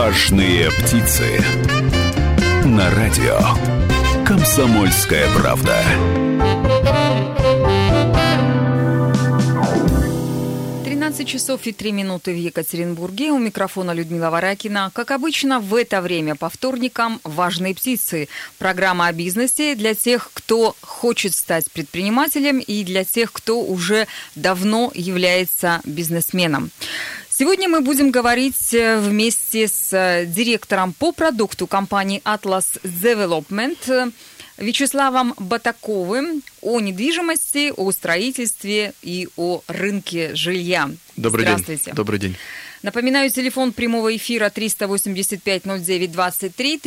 Важные птицы. На радио «Комсомольская правда». 13 часов и 3 минуты в Екатеринбурге. У микрофона Людмила Варакина. Как обычно, в это время по вторникам «Важные птицы». Программа о бизнесе для тех, кто хочет стать предпринимателем, и для тех, кто уже давно является бизнесменом. Сегодня мы будем говорить вместе с директором по продукту компании Atlas Development Вячеславом Батаковым о недвижимости, о строительстве и о рынке жилья. Добрый день. Здравствуйте. Добрый день. Напоминаю, телефон прямого эфира 385-09-23,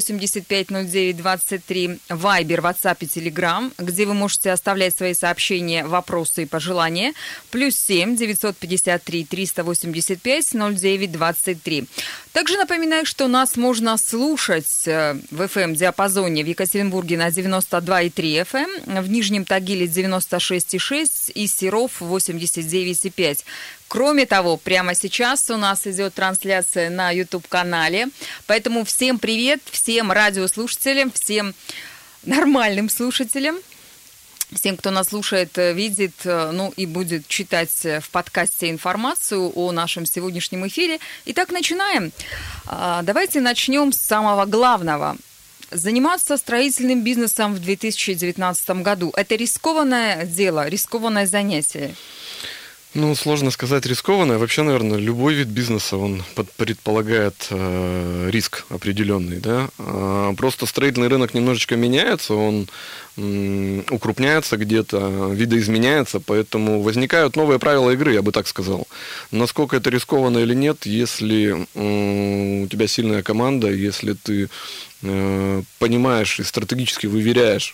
385-09-23, Вайбер, WhatsApp и Telegram, где вы можете оставлять свои сообщения, вопросы и пожелания, +7 953 385 09-23. Также напоминаю, что нас можно слушать в FM-диапазоне в Екатеринбурге на 92,3 FM, в Нижнем Тагиле 96,6 и Серов 89,5. Кроме того, прямо сейчас у нас идет трансляция на YouTube-канале, поэтому всем привет, всем радиослушателям, всем нормальным слушателям, всем, кто нас слушает, видит, ну и будет читать в подкасте информацию о нашем сегодняшнем эфире. Итак, начинаем. Давайте начнем с самого главного. Заниматься строительным бизнесом в 2019 году – это рискованное дело, рискованное занятие? Ну, сложно сказать рискованное. Вообще, наверное, любой вид бизнеса, он предполагает риск определенный, да. Просто строительный рынок немножечко меняется, он укрупняется где-то, видоизменяется, поэтому возникают новые правила игры, я бы так сказал. Насколько это рискованно или нет, если у тебя сильная команда, если ты понимаешь и стратегически выверяешь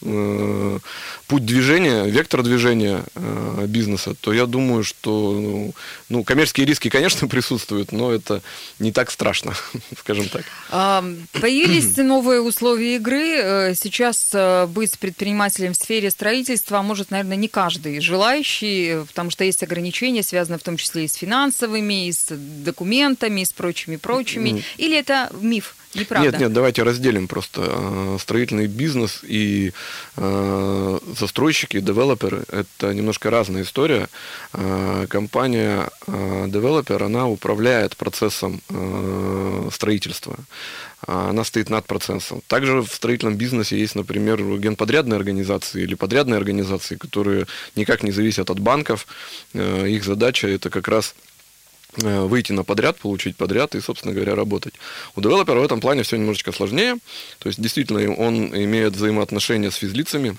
путь движения, вектор движения бизнеса, то я думаю, что коммерческие риски, конечно, присутствуют, но это не так страшно, скажем так. Появились новые условия игры. Сейчас быть предпринимателем в сфере строительства может, наверное, не каждый желающий, потому что есть ограничения, связанные в том числе и с финансовыми, и с документами, и с прочими. Или это миф? Неправда. Нет, давайте разделим просто строительный бизнес и застройщики, девелоперы. Это немножко разная история. Компания девелопер, она управляет процессом строительства. Она стоит над процессом. Также в строительном бизнесе есть, например, генподрядные организации или подрядные организации, которые никак не зависят от банков. Их задача это как раз выйти на подряд, получить подряд и, собственно говоря, работать. У девелопера в этом плане все немножечко сложнее. То есть, действительно, он имеет взаимоотношения с физлицами.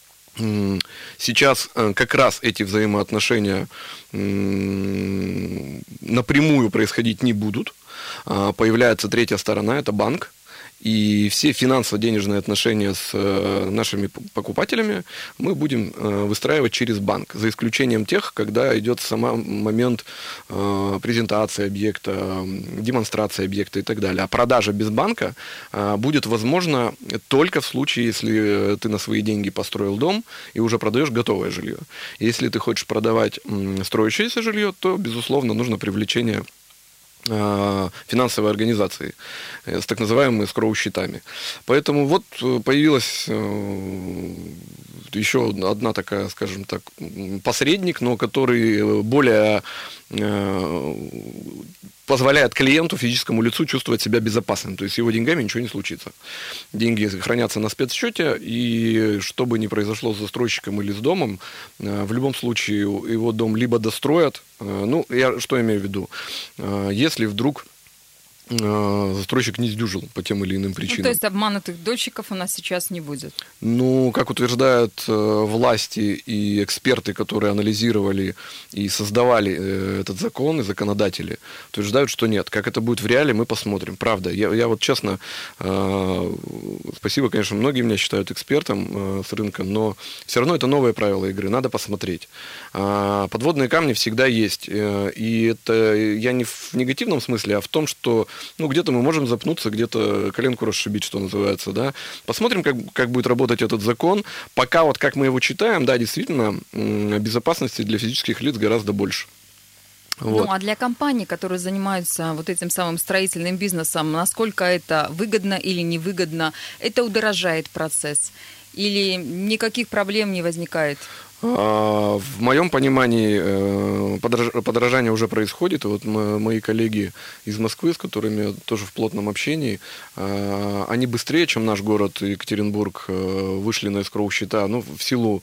Сейчас как раз эти взаимоотношения напрямую происходить не будут. Появляется третья сторона, это банк. И все финансово-денежные отношения с нашими покупателями мы будем выстраивать через банк, за исключением тех, когда идет сам момент презентации объекта, демонстрации объекта и так далее. А продажа без банка будет возможна только в случае, если ты на свои деньги построил дом и уже продаешь готовое жилье. Если ты хочешь продавать строящееся жилье, то, безусловно, нужно привлечение финансовой организации с так называемыми скроу-счетами. Поэтому вот появилась еще одна такая, скажем так, посредник, но который более позволяет клиенту, физическому лицу чувствовать себя безопасным. То есть с его деньгами ничего не случится. Деньги хранятся на спецсчете, и что бы ни произошло с застройщиком или с домом, в любом случае его дом либо достроят, я что имею в виду, если вдруг застройщик не сдюжил по тем или иным причинам. То есть обманутых дольщиков у нас сейчас не будет? Как утверждают власти и эксперты, которые анализировали и создавали этот закон, и законодатели, утверждают, что нет. Как это будет в реале, мы посмотрим. Правда, я вот честно, спасибо, конечно, многие меня считают экспертом с рынка, но все равно это новые правила игры, надо посмотреть. Подводные камни всегда есть. И это я не в негативном смысле, а в том, что где-то мы можем запнуться, где-то коленку расшибить, что называется, да. Посмотрим, как будет работать этот закон. Пока как мы его читаем, да, действительно, безопасности для физических лиц гораздо больше. Вот. Ну, а для компаний, которые занимаются вот этим самым строительным бизнесом, насколько это выгодно или невыгодно? Это удорожает процесс? Или никаких проблем не возникает? В моем понимании подорожание уже происходит. Вот мои коллеги из Москвы, с которыми я тоже в плотном общении, они быстрее, чем наш город Екатеринбург, вышли на эскроу-счета, ну, в силу,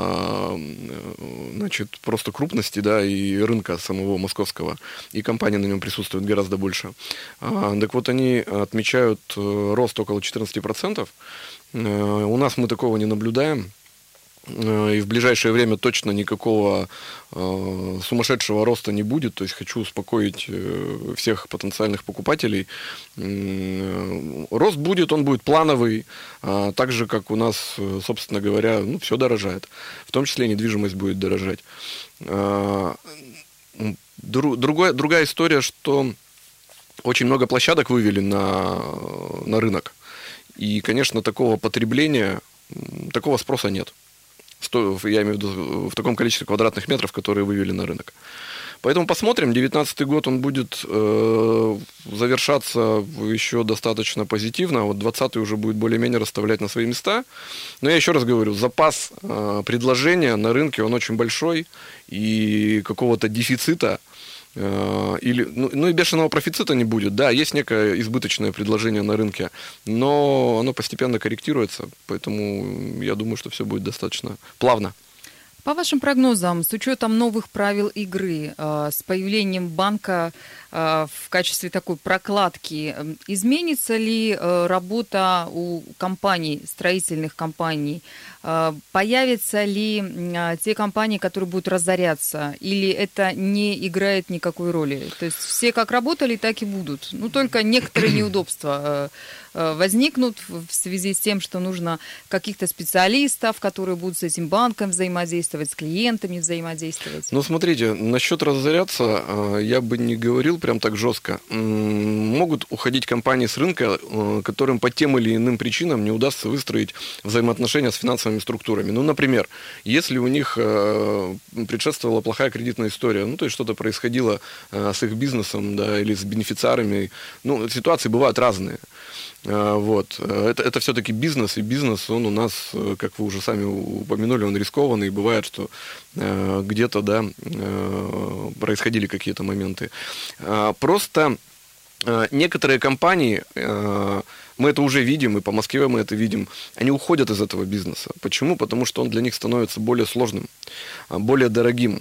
значит, просто крупности, да, и рынка самого московского. И компании на нем присутствуют гораздо больше. Так вот, они отмечают рост около 14%. У нас мы такого не наблюдаем. И в ближайшее время точно никакого сумасшедшего роста не будет. То есть хочу успокоить всех потенциальных покупателей. Рост будет, он будет плановый, так же, как у нас, собственно говоря, ну, все дорожает. В том числе и недвижимость будет дорожать. Другая история, что очень много площадок вывели на рынок. И, конечно, такого потребления, такого спроса нет. Я имею в виду в таком количестве квадратных метров, которые вывели на рынок. Поэтому посмотрим. 2019 год он будет завершаться еще достаточно позитивно. А вот 2020 уже будет более-менее расставлять на свои места. Но я еще раз говорю, запас предложения на рынке, он очень большой. И какого-то дефицита ну и бешеного профицита не будет. Да, есть некое избыточное предложение на рынке, но оно постепенно корректируется, поэтому я думаю, что все будет достаточно плавно. По вашим прогнозам, с учетом новых правил игры, с появлением банка в качестве такой прокладки, изменится ли работа у компаний, строительных компаний? Появятся ли те компании, которые будут разоряться? Или это не играет никакой роли? То есть все как работали, так и будут. Ну, только некоторые неудобства возникнут в связи с тем, что нужно каких-то специалистов, которые будут с этим банком взаимодействовать, с клиентами взаимодействовать. Ну, смотрите, насчет разоряться я бы не говорил прям так жестко. Могут уходить компании с рынка, которым по тем или иным причинам не удастся выстроить взаимоотношения с финансовыми структурами. Ну, например, если у них предшествовала плохая кредитная история, ну, то есть что-то происходило с их бизнесом, да, или с бенефициарами, ну, ситуации бывают разные. Вот. Это все-таки бизнес, и бизнес, он у нас, как вы уже сами упомянули, он рискованный, и бывает, что где-то, да, происходили какие-то моменты. Просто некоторые компании, мы это уже видим, и по Москве мы это видим, они уходят из этого бизнеса. Почему? Потому что он для них становится более сложным, более дорогим.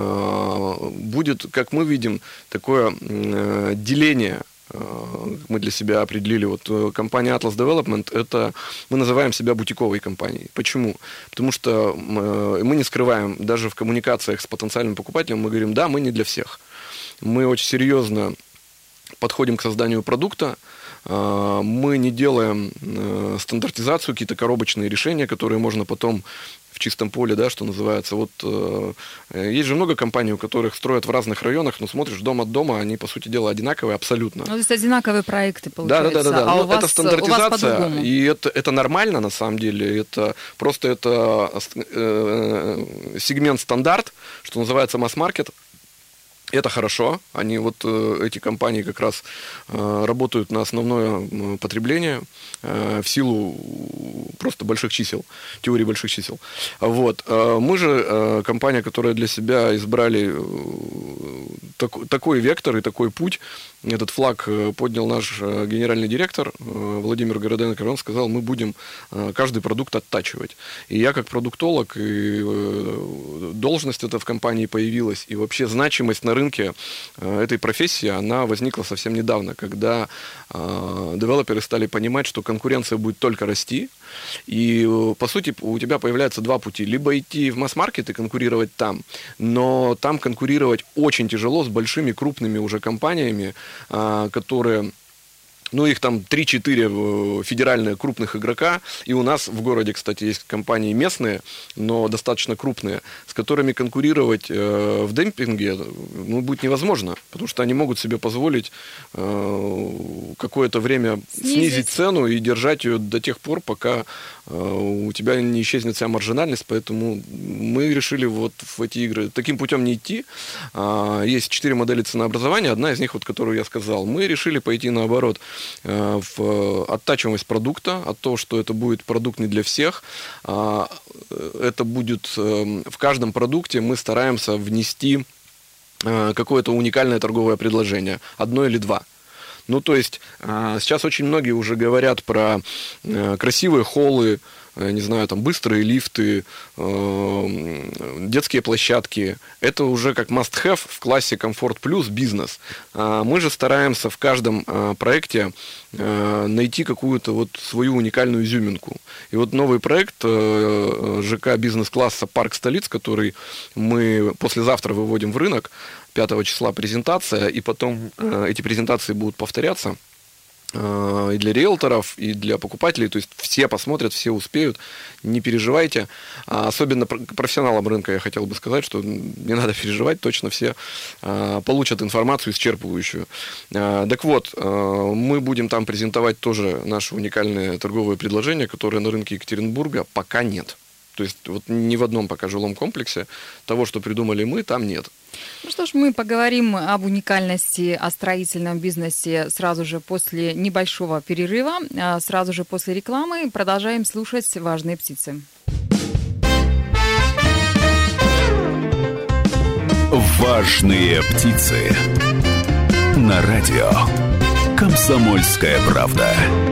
Будет, как мы видим, такое деление. Мы для себя определили, вот компания Atlas Development, это мы называем себя бутиковой компанией. Почему? Потому что мы не скрываем, даже в коммуникациях с потенциальным покупателем, мы говорим, да, мы не для всех. Мы очень серьезно подходим к созданию продукта, мы не делаем стандартизацию, какие-то коробочные решения, которые можно потом в чистом поле, да, что называется. Вот есть же много компаний, у которых строят в разных районах, но смотришь дом от дома, они, по сути дела, одинаковые абсолютно. Ну, то есть одинаковые проекты, получается. Да. А это стандартизация, и это нормально, на самом деле. Это просто сегмент стандарт, что называется масс-маркет. Это хорошо. Они вот эти компании как раз работают на основное потребление в силу просто больших чисел, теории больших чисел. Вот. Мы же компания, которая для себя избрали такой вектор и такой путь. Этот флаг поднял наш генеральный директор Владимир Городенко. Он сказал, мы будем каждый продукт оттачивать. И я как продуктолог, и должность эта в компании появилась, и вообще значимость на рынке этой профессии, она возникла совсем недавно, когда девелоперы стали понимать, что конкуренция будет только расти, и, по сути, у тебя появляются два пути. Либо идти в масс-маркет и конкурировать там, но там конкурировать очень тяжело с большими, крупными уже компаниями, которые... Ну, их там 3-4 федеральные крупных игрока. И у нас в городе, кстати, есть компании местные, но достаточно крупные, с которыми конкурировать в демпинге будет невозможно. Потому что они могут себе позволить какое-то время снизить цену и держать ее до тех пор, пока у тебя не исчезнет вся маржинальность, поэтому мы решили вот в эти игры таким путем не идти. Есть 4 модели ценообразования, одна из них, вот, которую я сказал. Мы решили пойти наоборот, в оттачиваемость продукта, от того, что это будет продукт не для всех. Это будет в каждом продукте мы стараемся внести какое-то уникальное торговое предложение, одно или два. Ну, то есть, сейчас очень многие уже говорят про красивые холлы, не знаю, там, быстрые лифты, детские площадки. Это уже как must-have в классе комфорт плюс бизнес. Мы же стараемся в каждом проекте найти какую-то вот свою уникальную изюминку. И вот новый проект ЖК бизнес-класса «Парк столиц», который мы послезавтра выводим в рынок, 5 числа презентация, и потом эти презентации будут повторяться и для риэлторов, и для покупателей, то есть все посмотрят, все успеют, не переживайте. Особенно профессионалам рынка я хотел бы сказать, что не надо переживать, точно все получат информацию исчерпывающую. Так вот, мы будем там презентовать тоже наши уникальные торговые предложения, которые на рынке Екатеринбурга пока нет. То есть вот ни в одном пока жилом комплексе того, что придумали мы, там нет. Ну что ж, мы поговорим об уникальности, о строительном бизнесе сразу же после небольшого перерыва, сразу же после рекламы. Продолжаем слушать «Важные птицы». «Важные птицы» на радио «Комсомольская правда».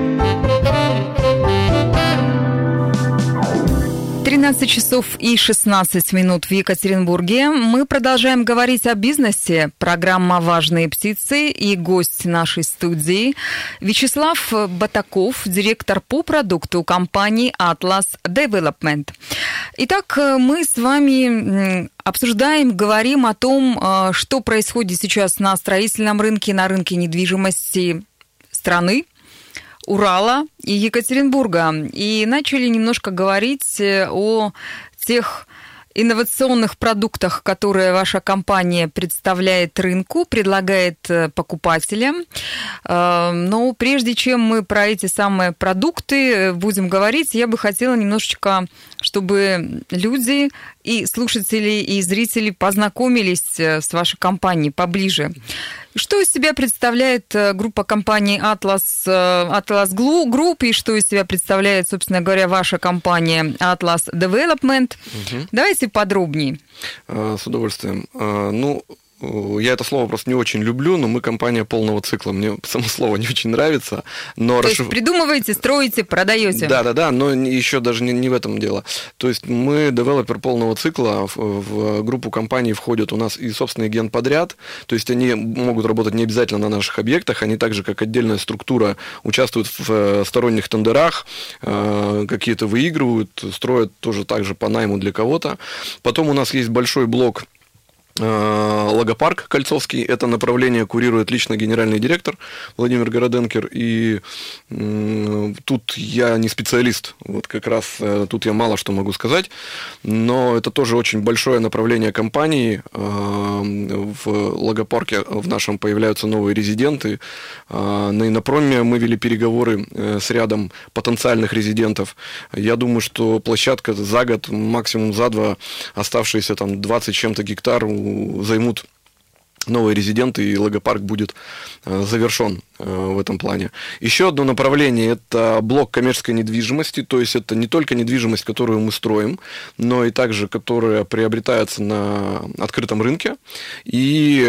13 часов и 16 минут в Екатеринбурге. Мы продолжаем говорить о бизнесе. Программа «Важные птицы» и гость нашей студии Вячеслав Батаков, директор по продукту компании Atlas Development. Итак, мы с вами обсуждаем, говорим о том, что происходит сейчас на строительном рынке, на рынке недвижимости страны, Урала и Екатеринбурга. И начали немножко говорить о тех инновационных продуктах, которые ваша компания представляет рынку, предлагает покупателям. Но прежде чем мы про эти самые продукты будем говорить, я бы хотела немножечко, чтобы люди и слушатели, и зрители познакомились с вашей компанией поближе. Что из себя представляет группа компаний Atlas Group и что из себя представляет, собственно говоря, ваша компания Atlas Development? Давайте подробнее. С удовольствием. Я это слово просто не очень люблю, но мы компания полного цикла. Мне само слово не очень нравится. Но То есть придумываете, строите, продаете? Да, но еще даже не в этом дело. То есть мы девелопер полного цикла. В группу компаний входят у нас и собственный генподряд. То есть они могут работать не обязательно на наших объектах. Они также, как отдельная структура, участвуют в сторонних тендерах, какие-то выигрывают, строят тоже так же по найму для кого-то. Потом у нас есть большой блок Логопарк Кольцовский. Это направление курирует лично генеральный директор Владимир Городенкер. И тут я не специалист. Вот как раз тут я мало что могу сказать. Но это тоже очень большое направление компании. В Логопарке в нашем появляются новые резиденты. На Иннопроме мы вели переговоры с рядом потенциальных резидентов. Я думаю, что площадка за год, максимум за 2, оставшиеся там 20 чем-то гектар займут новые резиденты, и Логопарк будет завершен в этом плане. Еще одно направление – это блок коммерческой недвижимости, то есть это не только недвижимость, которую мы строим, но и также, которая приобретается на открытом рынке, и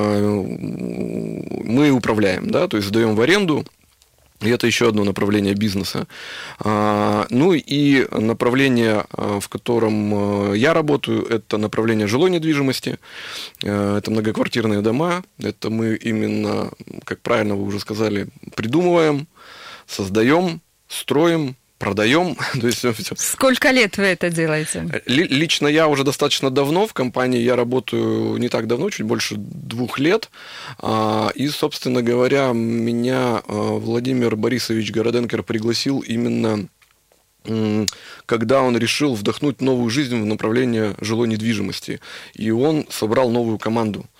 мы управляем, да, то есть сдаем в аренду. И это еще одно направление бизнеса. Ну и направление, в котором я работаю, это направление жилой недвижимости. Это многоквартирные дома. Это мы именно, как правильно вы уже сказали, придумываем, создаем, строим, продаем. То есть все. Сколько лет вы это делаете? Лично я уже достаточно давно в компании. Я работаю не так давно, чуть больше 2 лет. И, собственно говоря, меня Владимир Борисович Городенкер пригласил именно когда он решил вдохнуть новую жизнь в направлении жилой недвижимости. И он собрал новую команду.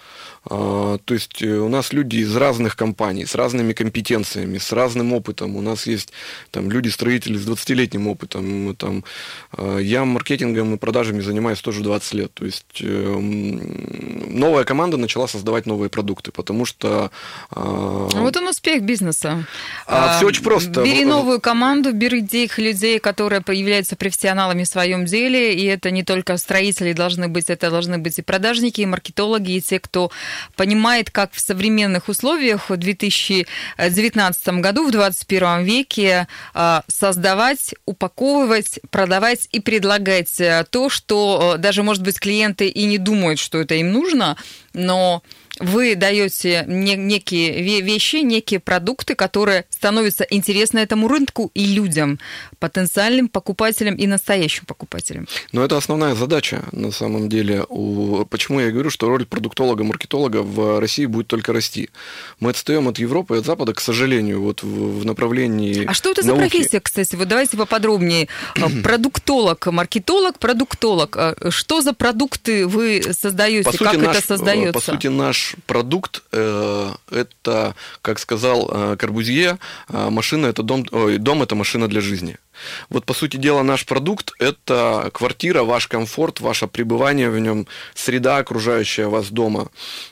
То есть у нас люди из разных компаний, с разными компетенциями, с разным опытом. У нас есть там люди-строители с 20-летним опытом. Там, я маркетингом и продажами занимаюсь тоже 20 лет. То есть новая команда начала создавать новые продукты, потому что... Вот он успех бизнеса. Все очень просто. Бери новую команду, бери тех людей, которые являются профессионалами в своем деле, и это не только строители должны быть, это должны быть и продажники, и маркетологи, и те, кто понимает, как в современных условиях в 2019 году, в 21 веке создавать, упаковывать, продавать и предлагать то, что даже, может быть, клиенты и не думают, что это им нужно, но вы даете некие вещи, некие продукты, которые становятся интересны этому рынку и людям, потенциальным покупателям и настоящим покупателям. Но это основная задача, на самом деле. Почему я говорю, что роль продуктолога, маркетолога в России будет только расти. Мы отстаем от Европы и от Запада, к сожалению, вот в направлении А что это науки. за профессия, кстати? Вот давайте поподробнее. Продуктолог, маркетолог, продуктолог. Что за продукты вы создаете? Как это создается? По сути, наш продукт это, как сказал Корбюзье, машина это дом это машина для жизни. Вот, по сути дела, наш продукт – это квартира, ваш комфорт, ваше пребывание в нем, среда, окружающая вас дома.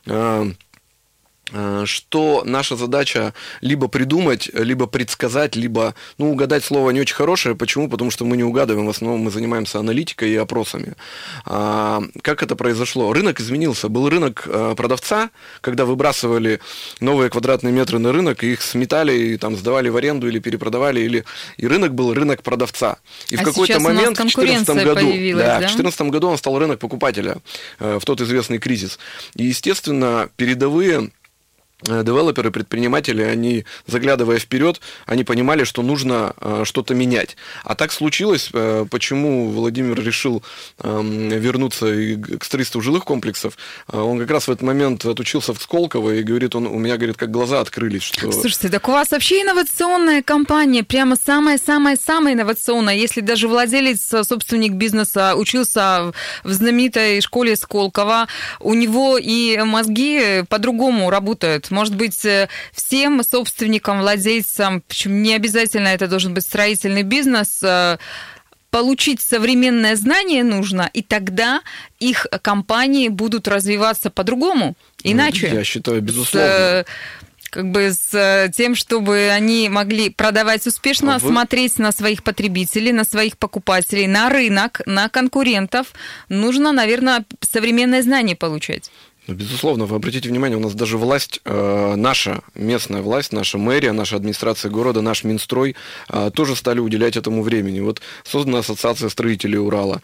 Что наша задача либо придумать, либо предсказать, либо, угадать слово не очень хорошее. Почему? Потому что мы не угадываем, в основном мы занимаемся аналитикой и опросами. Как это произошло? Рынок изменился. Был рынок продавца, когда выбрасывали новые квадратные метры на рынок, и их сметали, и там сдавали в аренду, или перепродавали, и рынок был рынок продавца. И в какой-то момент, в 2014 году он стал рынок покупателя в тот известный кризис. И, естественно, передовые девелоперы, предприниматели, они, заглядывая вперед, они понимали, что нужно что-то менять. А так случилось, почему Владимир решил вернуться к строительству жилых комплексов. Он как раз в этот момент отучился в Сколково, и говорит, у меня, говорит, как глаза открылись. Что... Слушайте, так у вас вообще инновационная компания, прямо самая-самая-самая инновационная. Если даже владелец, собственник бизнеса учился в знаменитой школе Сколково, у него и мозги по-другому работают. Может быть, всем собственникам, владельцам, причем не обязательно это должен быть строительный бизнес, получить современное знание нужно, и тогда их компании будут развиваться по-другому, иначе. Я считаю, безусловно. С тем, чтобы они могли продавать успешно, смотреть на своих потребителей, на своих покупателей, на рынок, на конкурентов, нужно, наверное, современное знание получать. Безусловно, вы обратите внимание, у нас даже власть, наша местная власть, наша мэрия, наша администрация города, наш Минстрой тоже стали уделять этому времени. Вот создана ассоциация строителей Урала.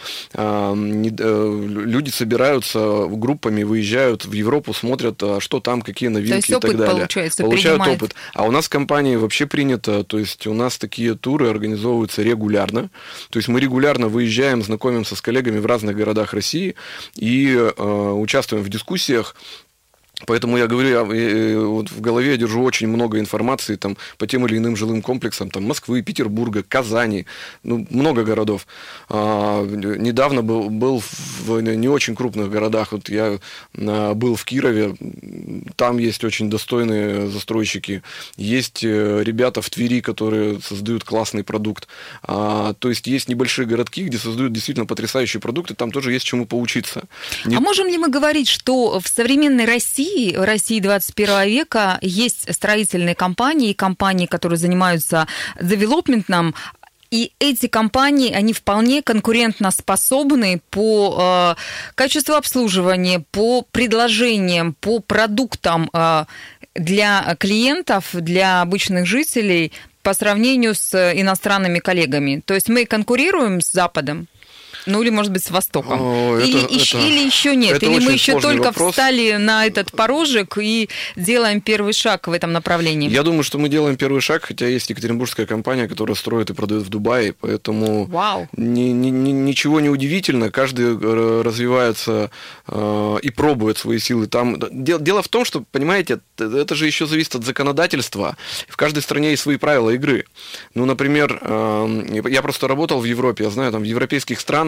Люди собираются группами, выезжают в Европу, смотрят, что там, какие новинки и так далее. Получают опыт. А у нас в компании вообще принято, то есть у нас такие туры организовываются регулярно. То есть мы регулярно выезжаем, знакомимся с коллегами в разных городах России и участвуем в дискуссиях. Поэтому я говорю, вот в голове я держу очень много информации там, по тем или иным жилым комплексам там, Москвы, Петербурга, Казани, много городов. Недавно был в не очень крупных городах. Вот я был в Кирове, там есть очень достойные застройщики. Есть ребята в Твери, которые создают классный продукт. То есть есть небольшие городки, где создают действительно потрясающие продукты, там тоже есть чему поучиться. А можем ли мы говорить, что в современной России 21 века есть строительные компании, которые занимаются девелопментом, и эти компании, они вполне конкурентоспособны по качеству обслуживания, по предложениям, по продуктам для клиентов, для обычных жителей по сравнению с иностранными коллегами? То есть мы конкурируем с Западом? Или, может быть, с Востоком. Или еще нет. Или мы еще только встали на этот порожек и делаем первый шаг в этом направлении. Я думаю, что мы делаем первый шаг, хотя есть екатеринбургская компания, которая строит и продает в Дубае, поэтому ничего не удивительно. Каждый развивается и пробует свои силы там. Дело в том, что, понимаете, это же еще зависит от законодательства. В каждой стране есть свои правила игры. Например, я просто работал в Европе, я знаю, там в европейских странах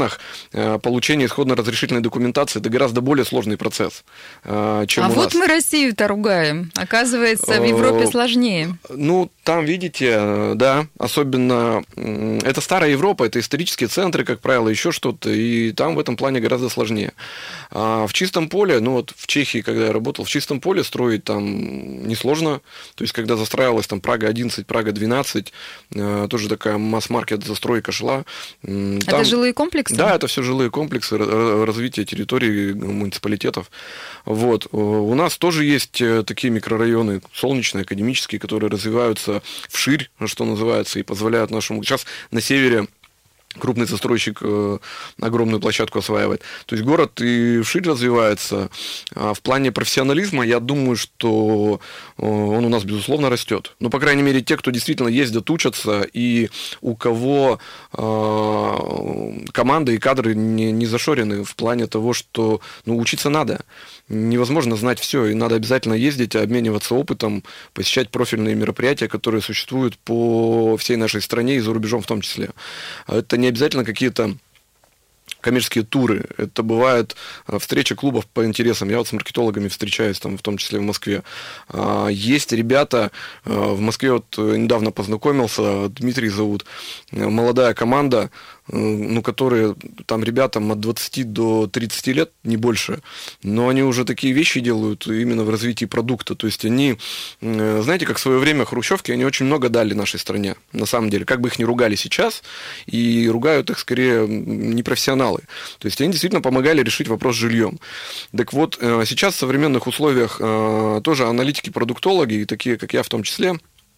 странах получение исходно-разрешительной документации – это гораздо более сложный процесс, чем у нас. Вот мы Россию-то ругаем. Оказывается, в Европе сложнее. Ну, там, видите, да, особенно это старая Европа, это исторические центры, как правило, еще что-то, и там в этом плане гораздо сложнее. А в чистом поле, ну вот в Чехии, когда я работал, в чистом поле строить там несложно. То есть, когда застраивалась там Прага-11, Прага-12, тоже такая масс-маркет застройка шла. Это жилые комплексы? Да, это все жилые комплексы, развитие территорий муниципалитетов. Вот. У нас тоже есть такие микрорайоны, солнечные, академические, которые развиваются вширь, что называется, и позволяют нашему... Сейчас на севере крупный застройщик огромную площадку осваивает. То есть город и вширь развивается. А в плане профессионализма, я думаю, что он у нас, безусловно, растет. Ну, по крайней мере, те, кто действительно ездят, учатся, и у кого команда и кадры не зашорены в плане того, что учиться надо. Невозможно знать все, и надо обязательно ездить, обмениваться опытом, посещать профильные мероприятия, которые существуют по всей нашей стране и за рубежом в том числе. Это не обязательно какие-то коммерческие туры. Это бывает встреча клубов по интересам. Я вот с маркетологами встречаюсь, там, в том числе в Москве. Есть ребята, в Москве вот недавно познакомился, Дмитрий зовут, молодая команда, которые там ребятам от 20 до 30 лет, не больше, но они уже такие вещи делают именно в развитии продукта. То есть они, знаете, как в свое время хрущевки, они очень много дали нашей стране, на самом деле. Как бы их ни ругали сейчас, и ругают их скорее непрофессионалы. То есть они действительно помогали решить вопрос с жильем. Так вот, сейчас в современных условиях тоже аналитики-продуктологи, такие как я в том числе,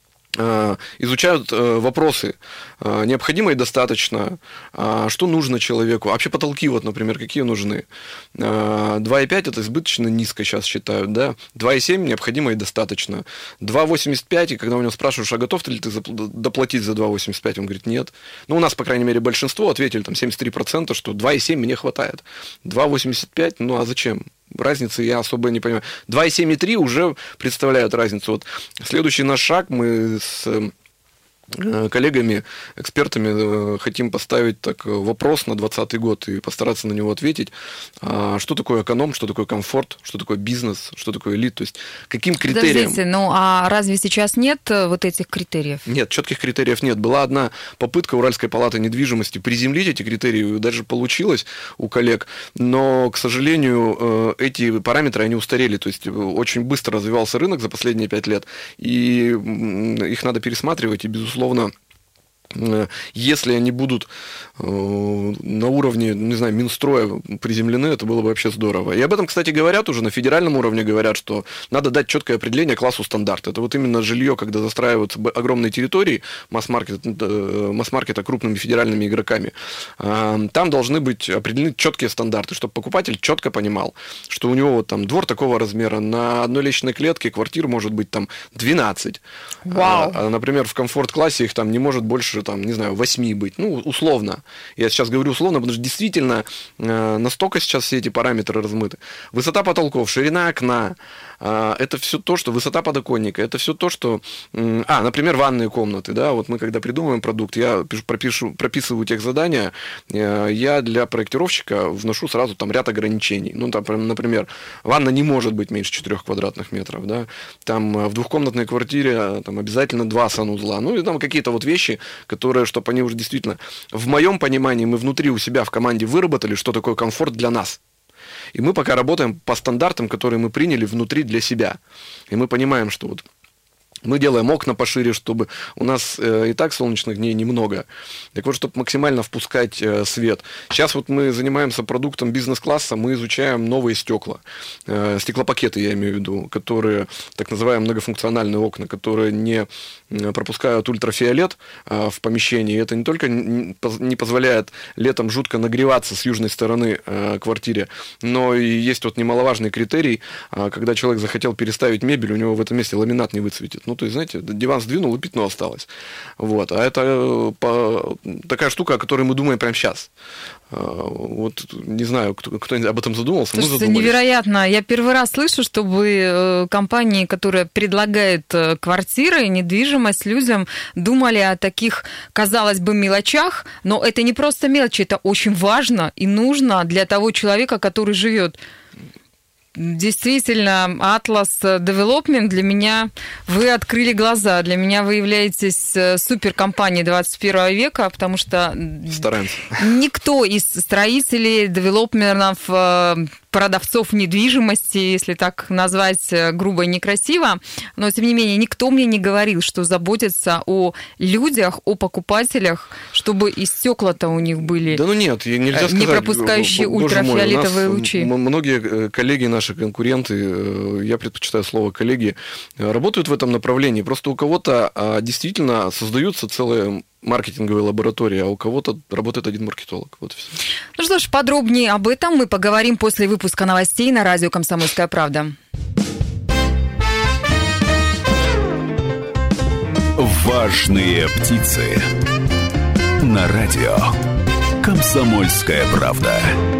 изучают вопросы, необходимо и достаточно, что нужно человеку, вообще потолки, вот, например, какие нужны. 2,5 это избыточно низко сейчас считают, да, 2,7 необходимо и достаточно. 2,85, и когда у него спрашиваешь, а готов ли ты доплатить за 2,85, он говорит, нет. Ну, у нас, по крайней мере, большинство ответили, там, 73%, что 2,7 мне хватает. 2,85, а зачем? Разницы я особо не понимаю. 2,7 и 3 уже представляют разницу. Вот следующий наш шаг, мы с коллегами, экспертами хотим поставить вопрос на 2020 год и постараться на него ответить. Что такое эконом, что такое комфорт, что такое бизнес, что такое элит, то есть каким критериям... Подождите, а разве сейчас нет вот этих критериев? Нет, четких критериев нет. Была одна попытка Уральской палаты недвижимости приземлить эти критерии, даже получилось у коллег, но, к сожалению, эти параметры, они устарели, то есть очень быстро развивался рынок за последние 5 лет, и их надо пересматривать, и, безусловно, если они будут на уровне, не знаю, Минстроя приземлены, это было бы вообще здорово. И об этом, кстати, говорят уже на федеральном уровне, говорят, что надо дать четкое определение классу стандарт. Это вот именно жилье, когда застраиваются огромные территории масс-маркета крупными федеральными игроками. Там должны быть определены четкие стандарты, чтобы покупатель четко понимал, что у него вот там двор такого размера, на одной личной клетке квартир может быть там 12. Вау. Например, в комфорт-классе их там не может больше, там, не знаю, 8 быть. Условно. Я сейчас говорю условно, потому что действительно настолько сейчас все эти параметры размыты. Высота потолков, ширина окна, это все то, что высота подоконника, это все то, что... например, ванные комнаты, да, вот мы когда придумываем продукт, я прописываю техзадания, я для проектировщика вношу сразу там ряд ограничений. Например, ванна не может быть меньше 4 квадратных метров, да, там в двухкомнатной квартире там обязательно 2 санузла, и там какие-то вот вещи, которые, чтобы они уже действительно, в моем понимании, мы внутри у себя в команде выработали, что такое комфорт для нас. И мы пока работаем по стандартам, которые мы приняли внутри для себя. И мы понимаем, что вот мы делаем окна пошире, чтобы у нас и так солнечных дней немного. Так вот, чтобы максимально впускать свет. Сейчас вот мы занимаемся продуктом бизнес-класса, мы изучаем новые стекла. Стеклопакеты, я имею в виду, которые, так называемые многофункциональные окна, которые не пропускают ультрафиолет в помещении. Это не только не позволяет летом жутко нагреваться с южной стороны квартире, но и есть вот немаловажный критерий, когда человек захотел переставить мебель, у него в этом месте ламинат не выцветит. то есть, знаете, диван сдвинул, и пятно осталось. Вот. А это такая штука, о которой мы думаем прямо сейчас. Вот не знаю, кто-нибудь об этом задумался. Слушайте, мы задумались. Невероятно. Я первый раз слышу, чтобы компании, которая предлагает квартиры, недвижимость людям, думали о таких, казалось бы, мелочах, но это не просто мелочи, это очень важно и нужно для того человека, который живет. Действительно, Atlas Development для меня, вы открыли глаза. Для меня вы являетесь суперкомпанией 21 века, потому что стараемся. Никто из строителей, девелопменов, продавцов недвижимости, если так назвать грубо и некрасиво, но, тем не менее, никто мне не говорил, что заботится о людях, о покупателях, чтобы и стекла-то у них были, да, ну нет, нельзя сказать, не пропускающие ультрафиолетовые лучи. Многие коллеги, наши конкуренты, я предпочитаю слово коллеги, работают в этом направлении. Просто у кого-то действительно создаются целые маркетинговые лаборатории, а у кого-то работает один маркетолог. Вот и все. Ну что ж, подробнее об этом мы поговорим после выпуска новостей на радио «Комсомольская правда». Важные птицы. На радио «Комсомольская правда».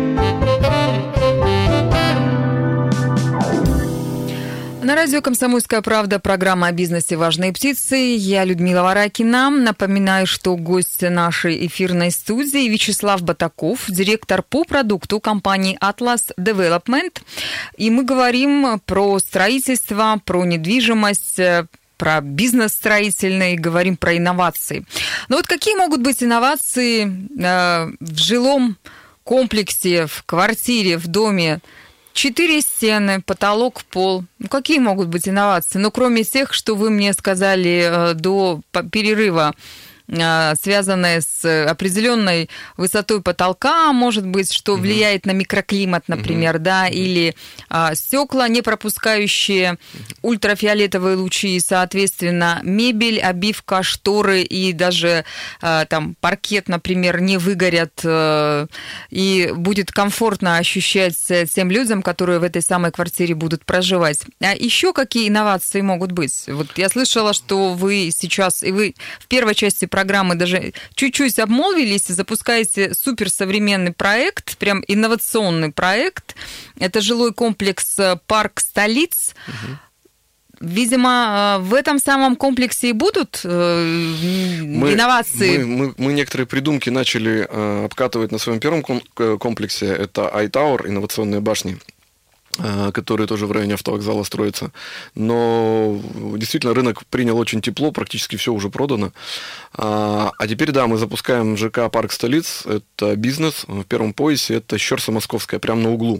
На радио «Комсомольская правда» программа о бизнесе «Важные птицы». Я Людмила Варакина. Напоминаю, что гость нашей эфирной студии Вячеслав Батаков, директор по продукту компании Atlas Development. И мы говорим про строительство, про недвижимость, про бизнес строительный, говорим про инновации. Но вот какие могут быть инновации в жилом комплексе, в квартире, в доме? 4 стены, потолок, пол. Ну, какие могут быть инновации? Ну, кроме тех, что вы мне сказали до перерыва, связанные с определенной высотой потолка, может быть, что влияет на микроклимат, например, да, или стекла, не пропускающие ультрафиолетовые лучи, соответственно, мебель, обивка, шторы и даже там паркет, например, не выгорят, и будет комфортно ощущать тем людям, которые в этой самой квартире будут проживать. А еще какие инновации могут быть? Вот я слышала, что вы сейчас, и вы в первой части программы даже чуть-чуть обмолвились, запускаете суперсовременный проект, прям инновационный проект. Это жилой комплекс «Парк столиц». Видимо, в этом самом комплексе и будут инновации. Мы некоторые придумки начали обкатывать на своем первом комплексе. Это iTower, инновационные башни, которые тоже в районе автовокзала строятся. Но действительно рынок принял очень тепло, практически все уже продано. А теперь, да, мы запускаем ЖК «Парк столиц». Это бизнес в первом поясе, это Щерса Московская, прямо на углу.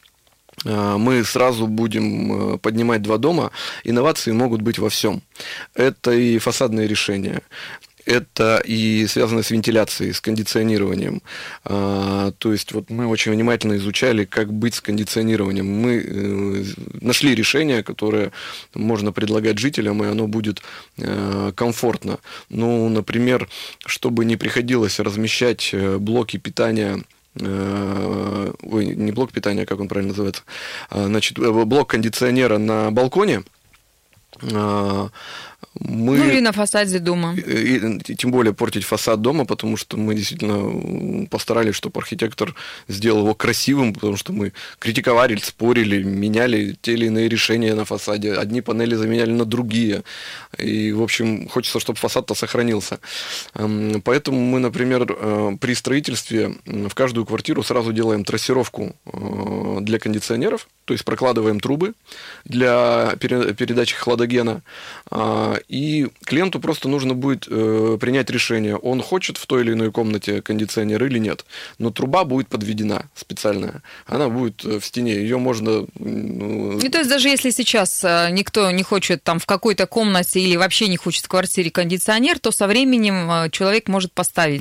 Мы сразу будем поднимать 2 дома. Инновации могут быть во всем. Это и фасадные решения, это и связано с вентиляцией, с кондиционированием. То есть вот мы очень внимательно изучали, как быть с кондиционированием. Мы нашли решение, которое можно предлагать жителям, и оно будет комфортно. Ну, например, чтобы не приходилось размещать блоки питания, не блок питания, как он правильно называется, значит, блок кондиционера на балконе. Или на фасаде дома. И тем более портить фасад дома, потому что мы действительно постарались, чтобы архитектор сделал его красивым, потому что мы критиковали, спорили, меняли те или иные решения на фасаде. Одни панели заменяли на другие. И, в общем, хочется, чтобы фасад-то сохранился. Поэтому мы, например, при строительстве в каждую квартиру сразу делаем трассировку для кондиционеров, то есть прокладываем трубы для передачи хладогена. И клиенту просто нужно будет принять решение, он хочет в той или иной комнате кондиционер или нет. Но труба будет подведена специальная. Она будет в стене, ее можно... И то есть даже если сейчас никто не хочет там в какой-то комнате или вообще не хочет в квартире кондиционер, то со временем человек может поставить. Да.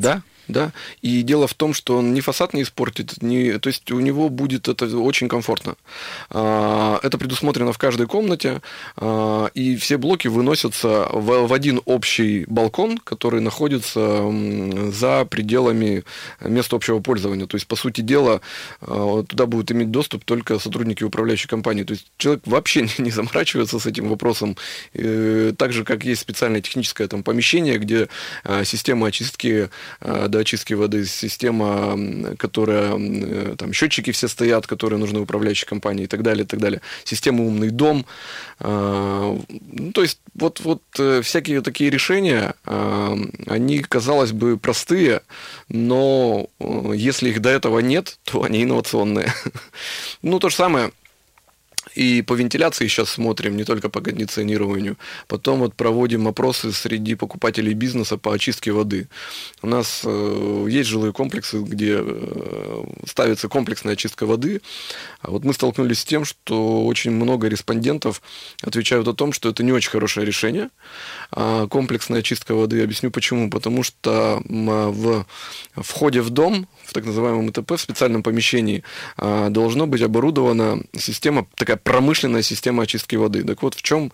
Да? И дело в том, что он ни фасад не испортит, то есть у него будет это очень комфортно. Это предусмотрено в каждой комнате, и все блоки выносятся в один общий балкон, который находится за пределами места общего пользования. То есть, по сути дела, туда будут иметь доступ только сотрудники управляющей компании. То есть человек вообще не заморачивается с этим вопросом. Так же, как есть специальное техническое там помещение, где система очистки до очистки воды, система, которая, там, счетчики все стоят, которые нужны управляющей компании и так далее, и так далее. Система «Умный дом». То есть, вот всякие такие решения, они, казалось бы, простые, но если их до этого нет, то они инновационные. То же самое. И по вентиляции сейчас смотрим, не только по кондиционированию. Потом вот проводим опросы среди покупателей бизнеса по очистке воды. У нас есть жилые комплексы, где ставится комплексная очистка воды. А вот мы столкнулись с тем, что очень много респондентов отвечают о том, что это не очень хорошее решение. Комплексная очистка воды, объясню почему. Потому что в входе в дом, в так называемом ИТП, в специальном помещении, должно быть оборудована система, такая промышленная система очистки воды. Так вот, в чем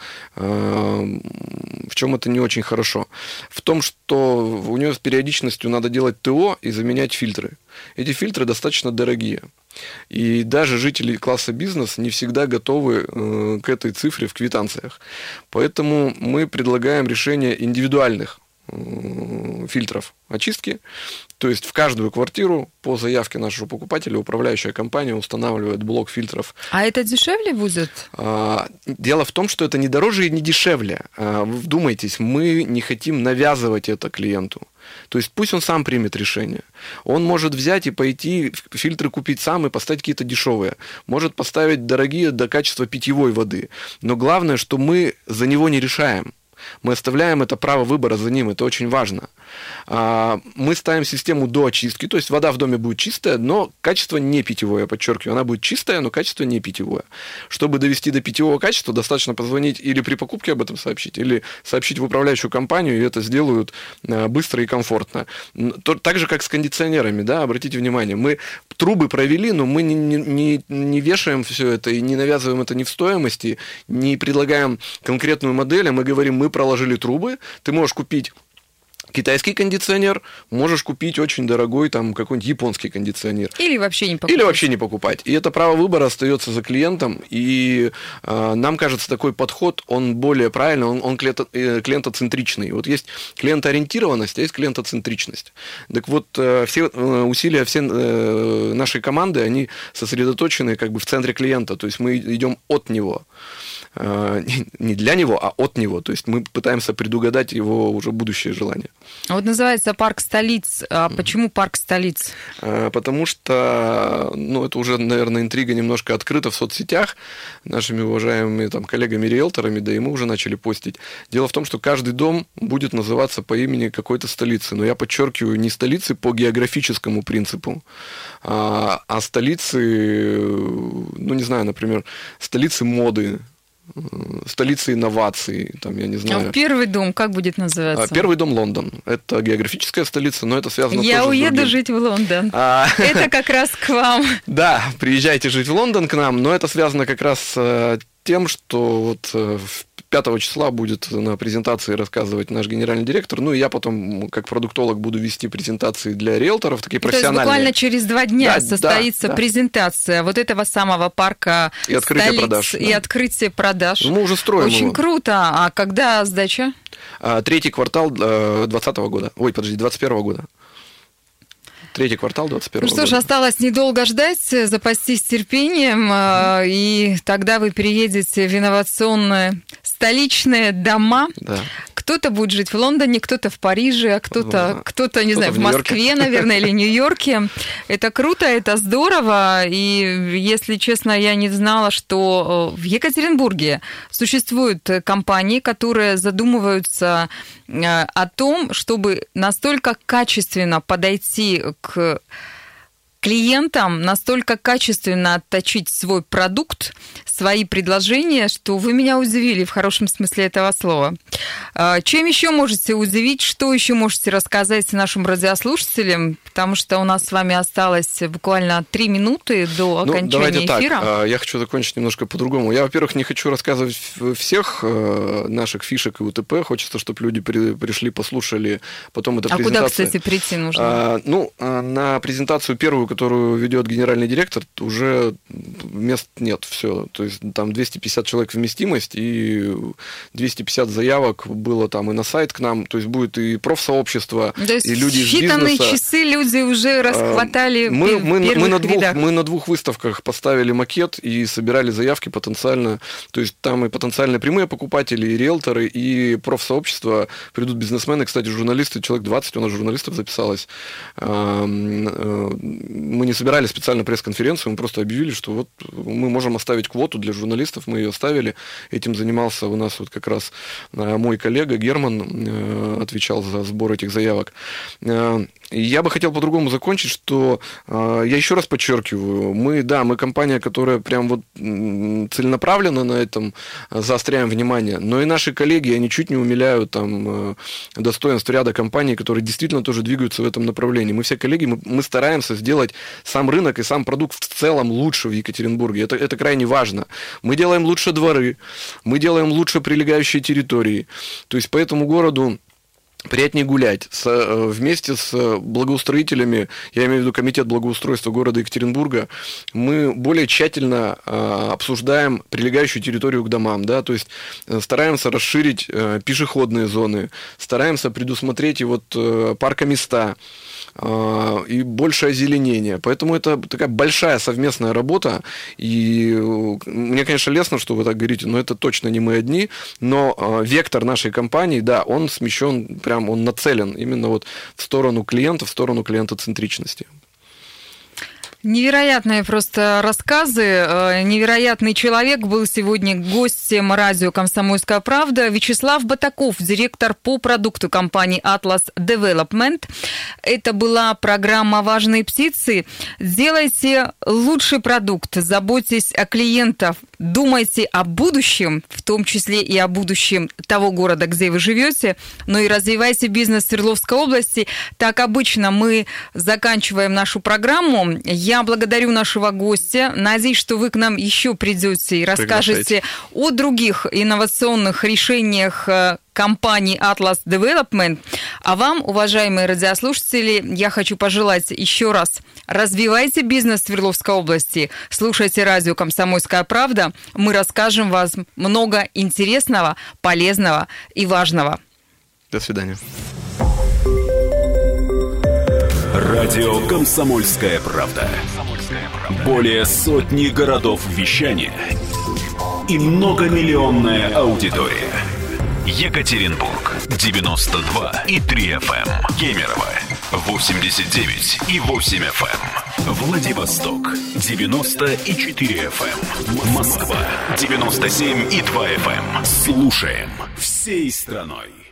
это не очень хорошо? В том, что у нее с периодичностью надо делать ТО и заменять фильтры. Эти фильтры достаточно дорогие. И даже жители класса бизнес не всегда готовы к этой цифре в квитанциях. Поэтому мы предлагаем решение индивидуальных фильтров очистки. То есть в каждую квартиру по заявке нашего покупателя управляющая компания устанавливает блок фильтров. А это дешевле будет? Дело в том, что это не дороже и не дешевле. Вдумайтесь, мы не хотим навязывать это клиенту. То есть пусть он сам примет решение. Он может взять и пойти фильтры купить сам и поставить какие-то дешевые. Может поставить дорогие до качества питьевой воды. Но главное, что мы за него не решаем. Мы оставляем это право выбора за ним, это очень важно. Мы ставим систему до очистки, то есть вода в доме будет чистая, но качество не питьевое, подчеркиваю. Она будет чистая, но качество не питьевое. Чтобы довести до питьевого качества, достаточно позвонить или при покупке об этом сообщить, или сообщить в управляющую компанию, и это сделают быстро и комфортно. Так же, как с кондиционерами, да, обратите внимание, мы трубы провели, но мы не вешаем все это и не навязываем это ни в стоимости, не предлагаем конкретную модель, а мы говорим, мы проложили трубы, ты можешь купить китайский кондиционер, можешь купить очень дорогой там какой-нибудь японский кондиционер. Или вообще не покупать. Или вообще не покупать. И это право выбора остается за клиентом. И нам кажется, такой подход, он более правильный, он клиентоцентричный. Вот есть клиентоориентированность, а есть клиентоцентричность. Так вот, все усилия нашей команды, они сосредоточены как бы в центре клиента. То есть мы идем от него. Не для него, а от него. То есть мы пытаемся предугадать его уже будущее желание. Вот называется парк столиц. А почему парк столиц? Потому что, это уже, наверное, интрига немножко открыта в соцсетях нашими уважаемыми там коллегами-риэлторами, да и мы уже начали постить. Дело в том, что каждый дом будет называться по имени какой-то столицы. Но я подчеркиваю, не столицы по географическому принципу, а столицы, не знаю, например, столицы моды, столицы инноваций, там, я не знаю. А первый дом как будет называться? Первый дом Лондон. Это географическая столица, но это связано Я тоже уеду жить в Лондон. Это как раз к вам. Да, приезжайте жить в Лондон к нам, но это связано как раз с тем, что вот 5 числа будет на презентации рассказывать наш генеральный директор, и я потом, как продуктолог, буду вести презентации для риэлторов, такие профессиональные. То есть буквально через 2 дня состоится презентация вот этого самого парка и открытие продаж. И открытие продаж. Мы уже строим Очень его. Круто. А когда сдача? 3-й квартал 2020 года. 21 года. 3-й квартал 2021 года. Ну что ж, осталось недолго ждать, запастись терпением, и тогда вы переедете в инновационные столичные дома. Да. Кто-то будет жить в Лондоне, кто-то в Париже, а кто-то, не знаю, в Москве, наверное, или Нью-Йорке. Это круто, это здорово. И, если честно, я не знала, что в Екатеринбурге существуют компании, которые задумываются о том, чтобы настолько качественно подойти к клиентам настолько качественно отточить свой продукт, свои предложения, что вы меня удивили в хорошем смысле этого слова. Чем еще можете удивить, что еще можете рассказать нашим радиослушателям, потому что у нас с вами осталось буквально 3 минуты до окончания эфира. Так, я хочу закончить немножко по-другому. Я, во-первых, не хочу рассказывать всех наших фишек и УТП. Хочется, чтобы люди пришли, послушали, потом это презентация. А куда, кстати, прийти нужно? На презентацию первую, которую ведет генеральный директор, уже мест нет, все. То есть там 250 человек вместимость, и 250 заявок было там и на сайт к нам, то есть будет и профсообщество, и люди из бизнеса. Считанные часы люди уже расхватали первых рядах. Мы на 2 выставках поставили макет и собирали заявки потенциально, то есть там и потенциально прямые покупатели, и риэлторы, и профсообщество, придут бизнесмены, кстати, журналисты, человек 20 у нас журналистов записалось. Мы не собирали специально пресс-конференцию, мы просто объявили, что вот мы можем оставить квоту для журналистов, мы ее оставили. Этим занимался у нас вот как раз мой коллега Герман, отвечал за сбор этих заявок. Я бы хотел по-другому закончить, что я еще раз подчеркиваю, мы компания, которая прям вот целенаправленно на этом заостряем внимание, но и наши коллеги, они ничуть не умиляют там достоинств ряда компаний, которые действительно тоже двигаются в этом направлении. Мы все коллеги, мы стараемся сделать сам рынок и сам продукт в целом лучше в Екатеринбурге. Это крайне важно. Мы делаем лучше дворы, мы делаем лучше прилегающие территории. То есть по этому городу приятнее гулять вместе с благоустроителями, я имею в виду комитет благоустройства города Екатеринбурга, мы более тщательно обсуждаем прилегающую территорию к домам, да, то есть стараемся расширить пешеходные зоны, стараемся предусмотреть и вот паркоместа, и больше озеленения. Поэтому это такая большая совместная работа. И мне, конечно, лестно, что вы так говорите, но это точно не мы одни. Но вектор нашей компании, да, он смещен, прям он нацелен именно вот в сторону клиента, в сторону клиентоцентричности. Невероятные просто рассказы. Невероятный человек был сегодня гостем радио «Комсомольская правда». Вячеслав Батаков, директор по продукту компании «Atlas Development». Это была программа «Важные птицы». Делайте лучший продукт, заботьтесь о клиентах, думайте о будущем, в том числе и о будущем того города, где вы живете, но и развивайте бизнес в Свердловской области. Так обычно мы заканчиваем нашу программу. Я благодарю нашего гостя. Надеюсь, что вы к нам еще придете и расскажете о других инновационных решениях компании Atlas Development. А вам, уважаемые радиослушатели, я хочу пожелать еще раз: развивайте бизнес в Свердловской области, слушайте радио «Комсомольская правда». Мы расскажем вам много интересного, полезного и важного. До свидания. Радио «Комсомольская правда». Более сотни городов вещания и многомиллионная аудитория. Екатеринбург 92,3 FM, Кемерово 89,8 FM, Владивосток 90,4 FM, Москва 97,2 FM. Слушаем всей страной.